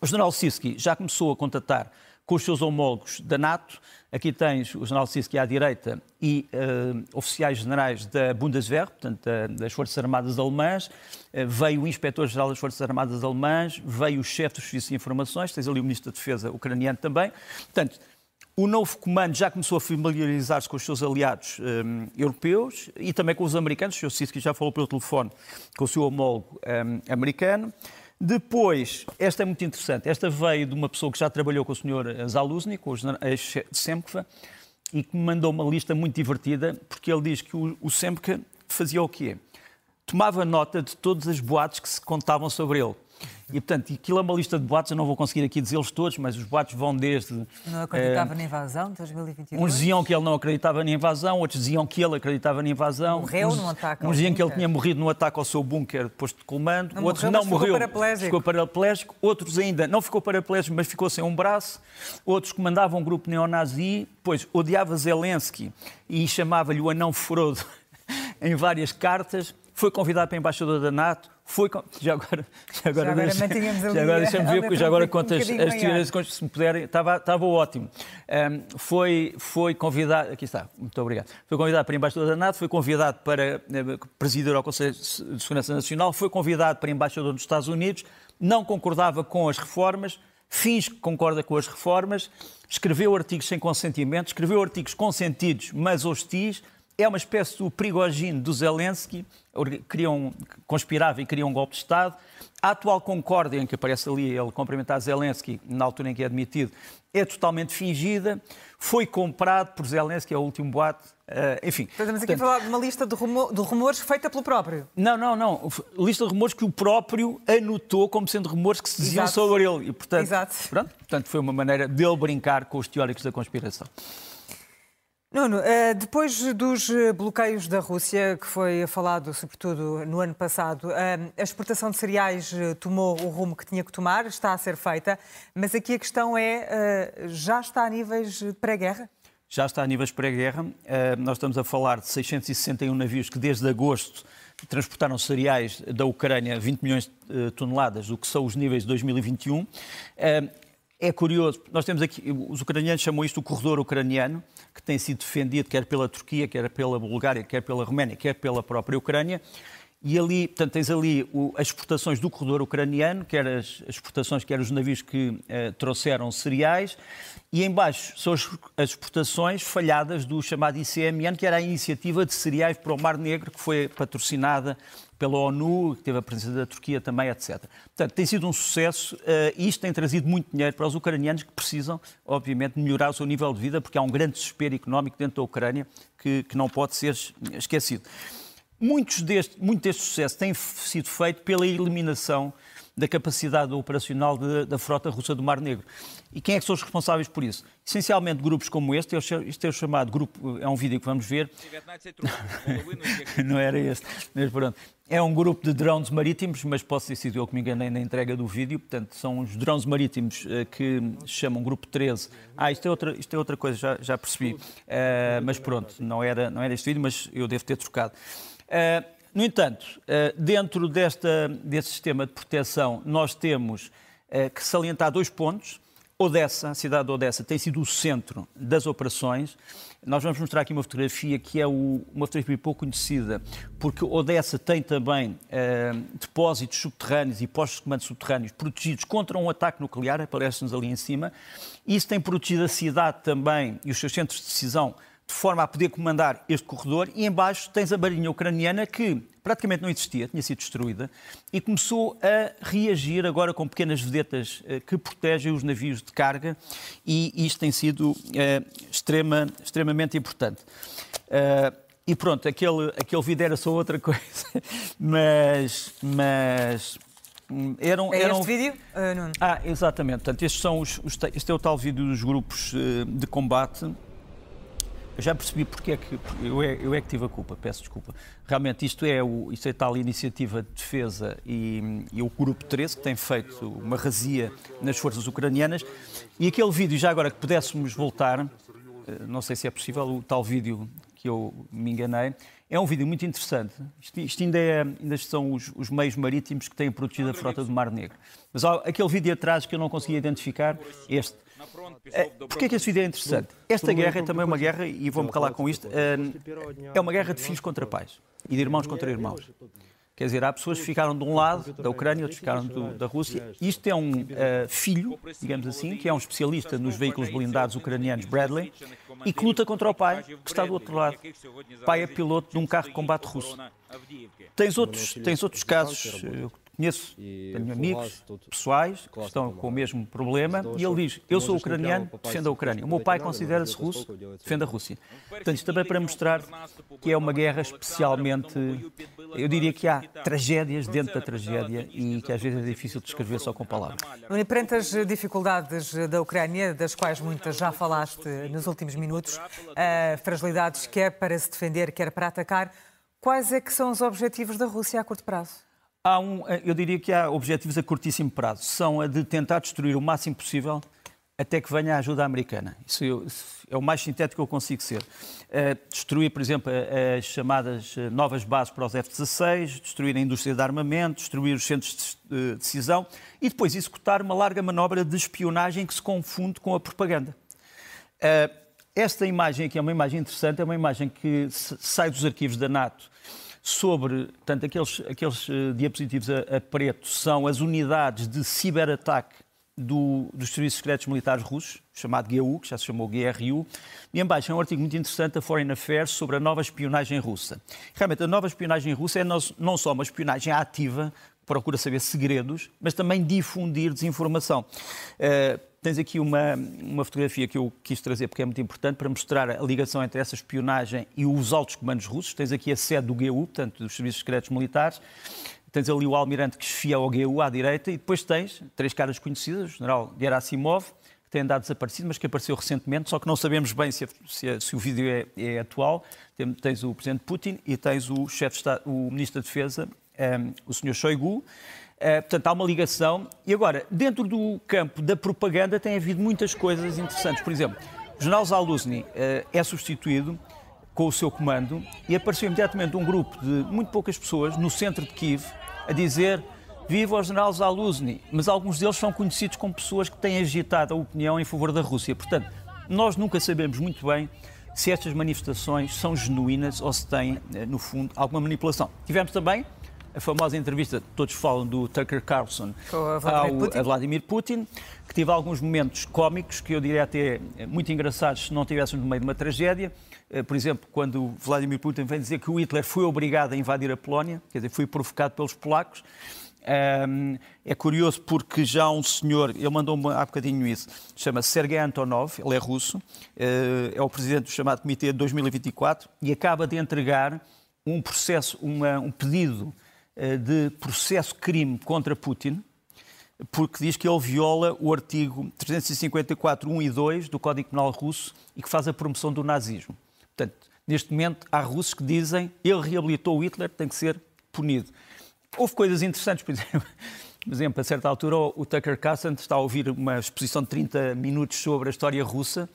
C: O general Sirski já começou a contatar com os seus homólogos da NATO. Aqui tens o general Sirski à direita e uh, oficiais generais da Bundeswehr, portanto, da, das Forças Armadas Alemãs. Uh, veio o inspetor-geral das Forças Armadas Alemãs, veio o chefe dos serviços de informações, tens ali o ministro da Defesa ucraniano também. Portanto, o novo comando já começou a familiarizar-se com os seus aliados um, europeus e também com os americanos. O senhor Sirski já falou pelo telefone com o seu homólogo um, americano. Depois, esta é muito interessante, esta veio de uma pessoa que já trabalhou com o senhor Zaluzny, com o ex-Semkva, e que me mandou uma lista muito divertida, porque ele diz que o, o Semkva fazia o quê? Tomava nota de todos os boatos que se contavam sobre ele. E, portanto, aquilo é uma lista de boatos, eu não vou conseguir aqui dizê-los todos, mas os boatos vão desde...
B: Não acreditava uh, na invasão de dois mil e vinte e dois?
C: Uns diziam que ele não acreditava na invasão, outros diziam que ele acreditava na invasão.
B: Morreu
C: uns,
B: num ataque ao
C: Uns diziam
B: bunker.
C: que ele tinha morrido num ataque ao seu bunker depois de comando.
B: Não
C: Outros
B: morreu,
C: não morreu,
B: ficou paraplégico.
C: ficou paraplégico. Outros ainda não ficou paraplégico, mas ficou sem um braço. Outros comandavam um grupo neonazi, depois odiava Zelensky e chamava-lhe o anão Frodo em várias cartas. Foi convidado para embaixador da NATO. Foi com... Já agora, já agora,
B: já agora
C: deixa...
B: mantinhamos ali.
C: Já agora deixa-me ver, porque já agora
B: um
C: conto as teorias, se me puderem. Estava, estava ótimo. Um, foi, foi convidado... Aqui está, muito obrigado. Foi convidado para embaixador da NATO, foi convidado para uh, presidir ao Conselho de Segurança Nacional, foi convidado para embaixador dos Estados Unidos, não concordava com as reformas, finge que concorda com as reformas, escreveu artigos sem consentimento, escreveu artigos consentidos, mas hostis. É uma espécie do Prigogine do Zelensky, queriam, conspirava e queria um golpe de Estado. A atual concórdia em que aparece ali ele cumprimentar Zelensky, na altura em que é admitido, é totalmente fingida. Foi comprado por Zelensky, é o último boato. Uh, enfim.
B: Estamos aqui portanto, a falar de uma lista de, rumor, de rumores feita pelo próprio.
C: Não, não, não. Lista de rumores que o próprio anotou como sendo rumores que se diziam
B: Exato.
C: sobre ele. E, portanto,
B: Exato.
C: Pronto, portanto, foi uma maneira dele brincar com os teóricos da conspiração.
B: Nuno, depois dos bloqueios da Rússia, que foi falado sobretudo no ano passado, a exportação de cereais tomou o rumo que tinha que tomar, está a ser feita, mas aqui a questão é, já está a níveis pré-guerra?
C: Já está a níveis pré-guerra. Nós estamos a falar de seiscentos e sessenta e um navios que desde agosto transportaram cereais da Ucrânia, vinte milhões de toneladas, o que são os níveis de dois mil e vinte e um. É curioso, nós temos aqui, os ucranianos chamam isto o corredor ucraniano, que tem sido defendido quer pela Turquia, quer pela Bulgária, quer pela Roménia, quer pela própria Ucrânia. E ali, portanto, tens ali o, as exportações do corredor ucraniano, quer as, as exportações, quer os navios que eh, trouxeram cereais. E em baixo são as, as exportações falhadas do chamado I C M N, que era a Iniciativa de Cereais para o Mar Negro, que foi patrocinada pela ONU, que teve a presença da Turquia também, etcétera. Portanto, tem sido um sucesso uh, e isto tem trazido muito dinheiro para os ucranianos que precisam, obviamente, melhorar o seu nível de vida, porque há um grande desespero económico dentro da Ucrânia que, que não pode ser esquecido. Muitos deste, muito deste sucesso tem sido feito pela eliminação da capacidade operacional de, da frota russa do Mar Negro. E quem é que são os responsáveis por isso? Essencialmente grupos como este, este é o chamado grupo, é um vídeo que vamos ver. Não era este, mas pronto. É um grupo de drones marítimos, mas posso ter sido eu que me enganei na entrega do vídeo. Portanto, são os drones marítimos uh, que se chamam Grupo treze. Ah, isto é outra, isto é outra coisa, já, já percebi. Uh, mas pronto, não era, não era este vídeo, mas eu devo ter trocado. Uh, no entanto, uh, dentro desta, deste sistema de proteção, nós temos uh, que salientar dois pontos. Odessa, a cidade de Odessa, tem sido o centro das operações. Nós vamos mostrar aqui uma fotografia que é o, uma fotografia pouco conhecida, porque Odessa tem também eh, depósitos subterrâneos e postos de comando subterrâneos protegidos contra um ataque nuclear, aparece-nos ali em cima. Isso tem protegido a cidade também e os seus centros de decisão de forma a poder comandar este corredor. E em baixo tens a marinha ucraniana que praticamente não existia, tinha sido destruída, e começou a reagir agora com pequenas vedetas eh, que protegem os navios de carga, e isto tem sido eh, extrema, extremamente importante. Uh, e pronto, aquele, aquele vídeo era só outra coisa, mas... mas Eram,
B: é
C: eram...
B: este vídeo, uh, Nuno?
C: Ah, exatamente. Portanto, estes são os, os, este é o tal vídeo dos grupos uh, de combate. Eu já percebi porque é que eu é, eu é que tive a culpa, peço desculpa. Realmente isto é, o, isto é a tal iniciativa de defesa e, e o Grupo treze, que tem feito uma razia nas forças ucranianas. E aquele vídeo, já agora que pudéssemos voltar, não sei se é possível, o tal vídeo que eu me enganei. É um vídeo muito interessante. Isto, isto ainda, é, ainda são os, os meios marítimos que têm protegido a frota do Mar Negro. Mas há aquele vídeo atrás que eu não conseguia identificar, este. Porquê é que este vídeo é interessante? Esta guerra é também uma guerra, e vou-me calar com isto, é uma guerra de filhos contra pais e de irmãos contra irmãos. Quer dizer, há pessoas que ficaram de um lado da Ucrânia, outros ficaram do, da Rússia. Isto é um uh, filho, digamos assim, que é um especialista nos veículos blindados ucranianos, Bradley, e que luta contra o pai, que está do outro lado. O pai é piloto de um carro de combate russo. Tens outros, tens outros casos, eu conheço, tenho amigos pessoais que estão com o mesmo problema, e ele diz, eu sou ucraniano, defendo a Ucrânia. O meu pai considera-se russo, defende a Rússia. Portanto, isto também para mostrar que é uma guerra especialmente... Eu diria que há tragédias dentro da tragédia e que às vezes é difícil de descrever só com palavras.
B: E perante as dificuldades da Ucrânia, das quais muitas já falaste nos últimos minutos, uh, fragilidades quer para se defender, quer para atacar, quais é que são os objetivos da Rússia a curto prazo?
C: Há um, eu diria que há objetivos a curtíssimo prazo. São a de tentar destruir o máximo possível até que venha a ajuda americana. Isso é o mais sintético que eu consigo ser. Uh, destruir, por exemplo, as chamadas novas bases para os F dezasseis, destruir a indústria de armamento, destruir os centros de decisão e depois executar uma larga manobra de espionagem que se confunde com a propaganda. Uh, esta imagem aqui é uma imagem interessante, é uma imagem que sai dos arquivos da NATO sobre, portanto, aqueles, aqueles uh, diapositivos a, a preto são as unidades de ciberataque Do, dos Serviços Secretos Militares Russos, chamado G U, que já se chamou G R U, e em baixo é um artigo muito interessante da Foreign Affairs sobre a nova espionagem russa. Realmente, a nova espionagem russa é não só uma espionagem ativa, que procura saber segredos, mas também difundir desinformação. Uh, tens aqui uma, uma fotografia que eu quis trazer porque é muito importante para mostrar a ligação entre essa espionagem e os altos comandos russos. Tens aqui a sede do G U, portanto, dos Serviços Secretos Militares. Tens ali o almirante que esfia ao G U à direita e depois tens três caras conhecidas, o general Gerasimov, que tem andado desaparecido, mas que apareceu recentemente, só que não sabemos bem se, se, se o vídeo é, é atual. Tens o presidente Putin e tens o chefe de Estado, o ministro da Defesa, um, o senhor Shoigu. Uh, portanto, há uma ligação. E agora, dentro do campo da propaganda tem havido muitas coisas interessantes. Por exemplo, o general Zaluzny uh, é substituído com o seu comando e apareceu imediatamente um grupo de muito poucas pessoas no centro de Kiev a dizer viva o general Zaluzny, mas alguns deles são conhecidos como pessoas que têm agitado a opinião em favor da Rússia. Portanto, nós nunca sabemos muito bem se estas manifestações são genuínas ou se têm, no fundo, alguma manipulação. Tivemos também a famosa entrevista, todos falam do Tucker Carlson ao, a Vladimir Putin, que teve alguns momentos cómicos, que eu diria até muito engraçados se não estivéssemos no meio de uma tragédia. Por exemplo, quando Vladimir Putin vem dizer que o Hitler foi obrigado a invadir a Polónia, quer dizer, foi provocado pelos polacos. É curioso porque já um senhor, ele mandou-me há bocadinho isso, chama-se Sergei Antonov, ele é russo, é o presidente do chamado Comitê de dois mil e vinte e quatro e acaba de entregar um processo, uma, um pedido de processo-crime contra Putin, porque diz que ele viola o artigo trezentos e cinquenta e quatro, um e dois do Código Penal russo e que faz a promoção do nazismo. Portanto, neste momento, há russos que dizem que ele reabilitou o Hitler, tem que ser punido. Houve coisas interessantes, por exemplo, por exemplo, a certa altura o Tucker Carlson está a ouvir uma exposição de trinta minutos sobre a história russa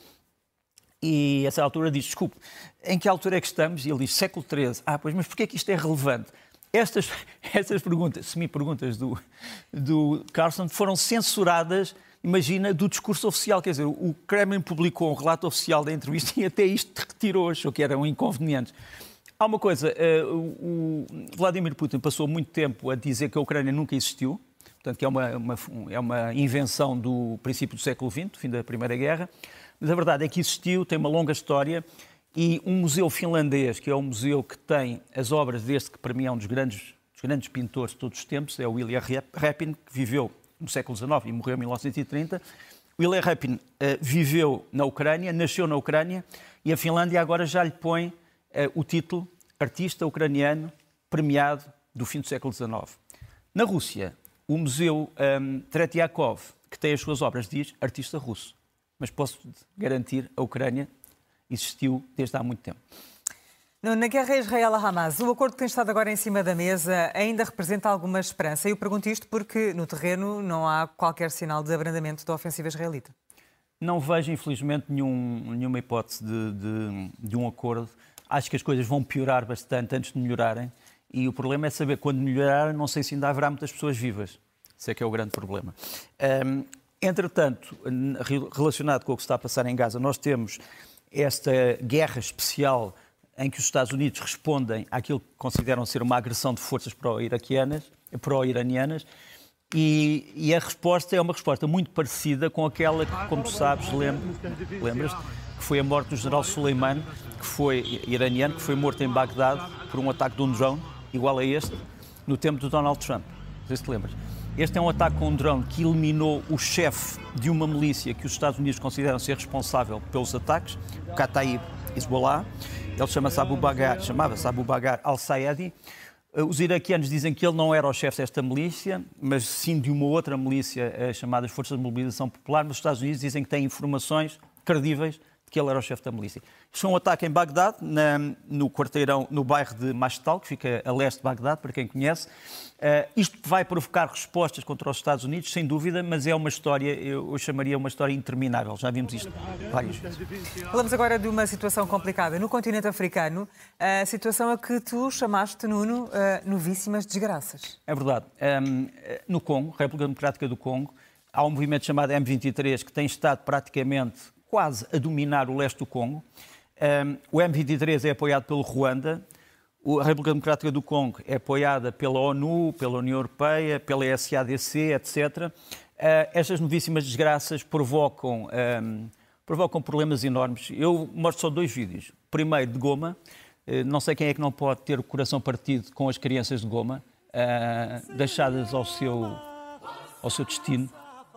C: e a certa altura diz, desculpe, em que altura é que estamos? E ele diz, século treze. Ah, pois, mas porquê é que isto é relevante? Estas, estas perguntas, semi-perguntas do, do Carlson foram censuradas, imagina, do discurso oficial. Quer dizer, o Kremlin publicou um relato oficial da entrevista e até isto retirou, achou que eram inconvenientes. Há uma coisa, uh, o Vladimir Putin passou muito tempo a dizer que a Ucrânia nunca existiu, portanto, que é uma, uma, é uma invenção do princípio do século vinte, do fim da Primeira Guerra, mas a verdade é que existiu, tem uma longa história. E um museu finlandês, que é um museu que tem as obras deste, que para mim é um dos grandes, dos grandes pintores de todos os tempos, é o Ilya Repin, que viveu no século dezenove e morreu em mil novecentos e trinta. O Ilya Repin uh, viveu na Ucrânia, nasceu na Ucrânia, e a Finlândia agora já lhe põe uh, o título Artista Ucraniano Premiado do fim do século dezenove. Na Rússia, o Museu um, Tretiakov, que tem as suas obras, diz Artista Russo. Mas posso garantir, a Ucrânia existiu desde há muito tempo.
B: Na guerra Israel-Hamas, o acordo que tem estado agora em cima da mesa ainda representa alguma esperança? Eu pergunto isto porque no terreno não há qualquer sinal de abrandamento da ofensiva israelita.
C: Não vejo, infelizmente, nenhum, nenhuma hipótese de, de, de um acordo. Acho que as coisas vão piorar bastante antes de melhorarem. E o problema é saber quando melhorar, não sei se ainda haverá muitas pessoas vivas. Isso é que é o grande problema. Um, entretanto, relacionado com o que está a passar em Gaza, nós temos esta guerra especial em que os Estados Unidos respondem àquilo que consideram ser uma agressão de forças pró-iraquianas, pró-iranianas, e, e a resposta é uma resposta muito parecida com aquela que, como sabes, lembras, que foi a morte do general Soleimani, que foi iraniano, que foi morto em Bagdade por um ataque de um drone, igual a este, no tempo do Donald Trump. Não sei se te lembras. Este é um ataque com um drone que eliminou o chefe de uma milícia que os Estados Unidos consideram ser responsável pelos ataques, o Kataib Hezbollah. Ele chama-se Abu Bakr, chamava-se Abu Bakr al-Sayedi. Os iraquianos dizem que ele não era o chefe desta milícia, mas sim de uma outra milícia chamada as Forças de Mobilização Popular, mas os Estados Unidos dizem que têm informações credíveis de que ele era o chefe da milícia. Isto foi um ataque em Bagdade, na, no quarteirão, no bairro de Mashtal, que fica a leste de Bagdade, para quem conhece. Uh, isto vai provocar respostas contra os Estados Unidos, sem dúvida, mas é uma história, eu, eu chamaria uma história interminável. Já vimos isto várias vezes.
B: Falamos agora de uma situação complicada. No continente africano, a situação a que tu chamaste, Nuno, uh, novíssimas desgraças.
C: É verdade. Um, no Congo, República Democrática do Congo, há um movimento chamado M vinte e três que tem estado praticamente quase a dominar o leste do Congo. Um, o M vinte e três é apoiado pelo Ruanda, a República Democrática do Congo é apoiada pela ONU, pela União Europeia, pela S A D C, etcétera. Uh, estas novíssimas desgraças provocam, um, provocam problemas enormes. Eu mostro só dois vídeos. Primeiro, de Goma. Uh, não sei quem é que não pode ter o coração partido com as crianças de Goma, uh, deixadas ao seu, ao seu destino.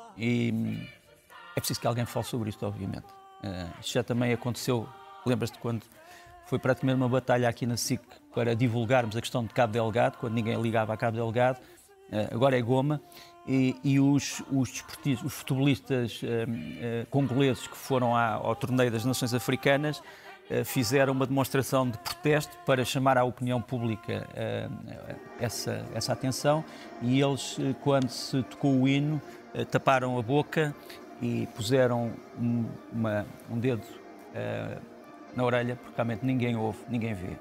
C: E é preciso que alguém fale sobre isto, obviamente. Uh, isto já também aconteceu, lembras-te quando foi praticamente uma batalha aqui na S I C para divulgarmos a questão de Cabo Delgado, quando ninguém ligava a Cabo Delgado, uh, agora é Goma, e, e os, os, os futebolistas uh, uh, congoleses que foram à, ao torneio das Nações Africanas uh, fizeram uma demonstração de protesto para chamar à opinião pública uh, essa, essa atenção, e eles, uh, quando se tocou o hino, uh, taparam a boca e puseram um, uma, um dedo uh, na orelha, porque realmente ninguém ouve, ninguém vê.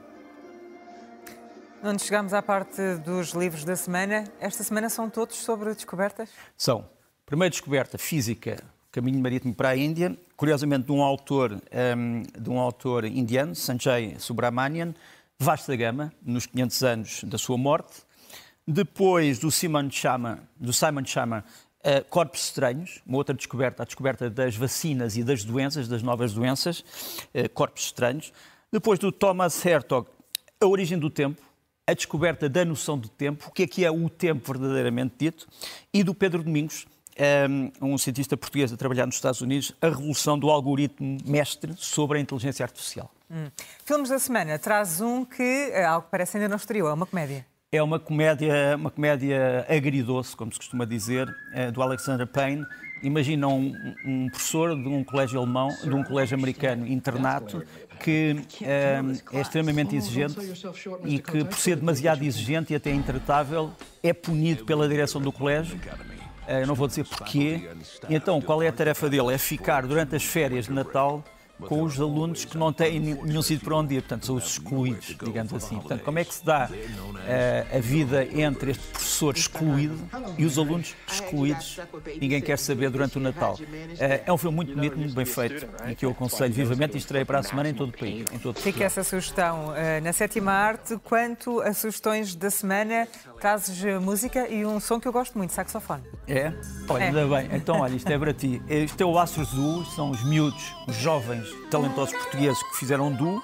B: Onde chegamos à parte dos livros da semana, esta semana são todos sobre descobertas?
C: São. Primeira descoberta, física, caminho marítimo para a Índia, curiosamente de um autor, um, de um autor indiano, Sanjay Subramanian, vasta gama, nos quinhentos anos da sua morte. Depois do Simon Schama, do Simon Schama, Uh, corpos estranhos, uma outra descoberta, a descoberta das vacinas e das doenças, das novas doenças, uh, corpos estranhos. Depois do Thomas Hertog, a origem do tempo, a descoberta da noção de tempo, o que é que é o tempo verdadeiramente dito, e do Pedro Domingos, um, um cientista português a trabalhar nos Estados Unidos, a revolução do algoritmo mestre sobre a inteligência artificial.
B: Hum. Filmes da semana, traz um que, algo que parece ainda não estreou, é uma comédia.
C: É uma comédia, uma comédia agridoce, como se costuma dizer, do Alexander Payne. Imagina um, um professor de um colégio alemão, de um colégio americano internato, que é, é extremamente exigente e que, por ser demasiado exigente e até intratável, é punido pela direção do colégio. Eu não vou dizer porquê. Então, qual é a tarefa dele? É ficar durante as férias de Natal com os alunos que não têm nenhum sítio para onde ir, portanto, são os excluídos, digamos assim. Portanto, como é que se dá uh, a vida entre este professor excluído e os alunos excluídos? Ninguém quer saber durante o Natal. Uh, é um filme muito bonito, muito bem feito, e que eu aconselho vivamente, e estreia para a semana em todo o país. Em todo
B: Fica essa sugestão uh, na Sétima Arte. Quanto a sugestões da semana, trazes música e um som que eu gosto muito, saxofone.
C: É? Olha, é. Ainda bem. Então, olha, isto é para ti. Isto é o Astros Duo, são os miúdos, os jovens, talentosos portugueses que fizeram um duo.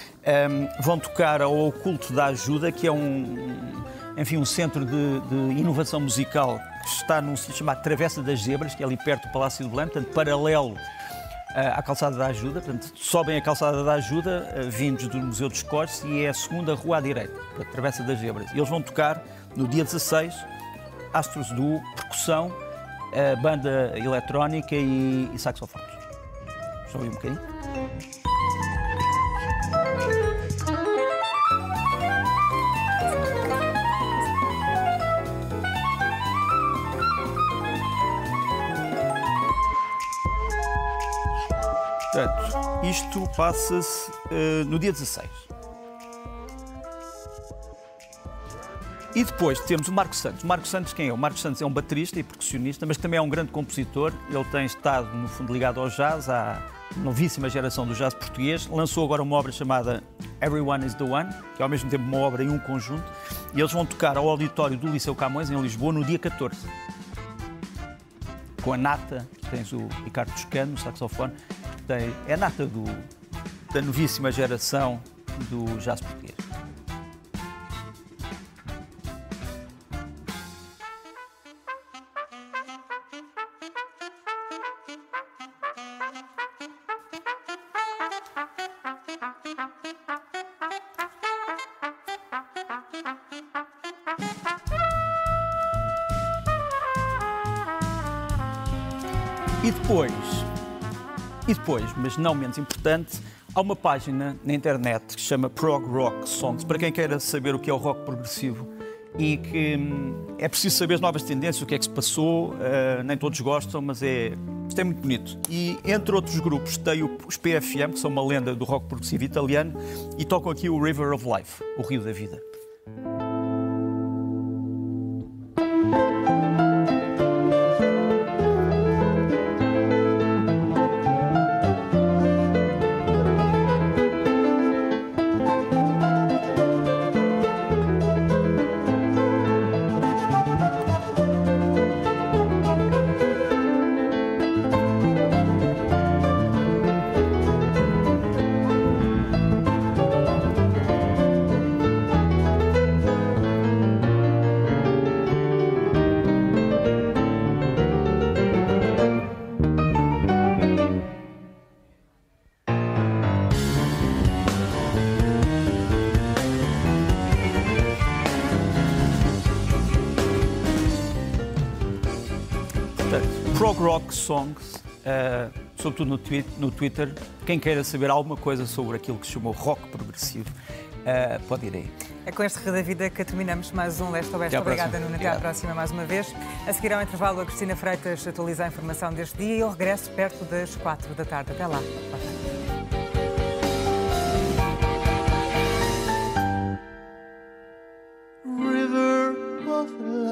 C: Um, vão tocar ao Oculto da Ajuda, que é um, enfim, um centro de, de inovação musical que está num sítio chamado Travessa das Zebras, que é ali perto do Palácio do Belém, portanto, paralelo uh, à Calçada da Ajuda. Portanto, sobem a Calçada da Ajuda, uh, vindos do Museu dos Cortes, e é a segunda rua à direita, portanto, Travessa das Zebras. E eles vão tocar no dia dezasseis, Astros Duo, percussão, uh, banda eletrónica e, e saxofones. Estão a ouvir um bocadinho? Portanto, isto passa-se uh, no dia dezasseis. E depois temos o Marcos Santos. O Marcos Santos quem é? O Marcos Santos é um baterista e percussionista, mas também é um grande compositor. Ele tem estado, no fundo, ligado ao jazz, à novíssima geração do jazz português. Lançou agora uma obra chamada Everyone is the One, que é ao mesmo tempo uma obra em um conjunto. E eles vão tocar ao auditório do Liceu Camões, em Lisboa, no dia catorze. Com a nata, tens o Ricardo Toscano, no saxofone. Tem, é a nata do, da novíssima geração do jazz português. E depois, e depois, mas não menos importante, há uma página na internet que se chama Prog Rock Songs, para quem queira saber o que é o rock progressivo e que hum, é preciso saber as novas tendências, o que é que se passou, uh, nem todos gostam, mas é, isto é muito bonito. E entre outros grupos tem os P F M, que são uma lenda do rock progressivo italiano, e tocam aqui o River of Life, o Rio da Vida. Prog Rock Songs, uh, sobretudo no, twi no Twitter. Quem queira saber alguma coisa sobre aquilo que se chamou rock progressivo, uh, pode ir aí.
B: É com este Rio da Vida que terminamos mais um Leste Oeste. Obrigada, Nuno. Até à próxima mais uma vez. A seguir ao intervalo, a Cristina Freitas atualiza a informação deste dia e eu regresso perto das quatro da tarde. Até lá.
D: River of life.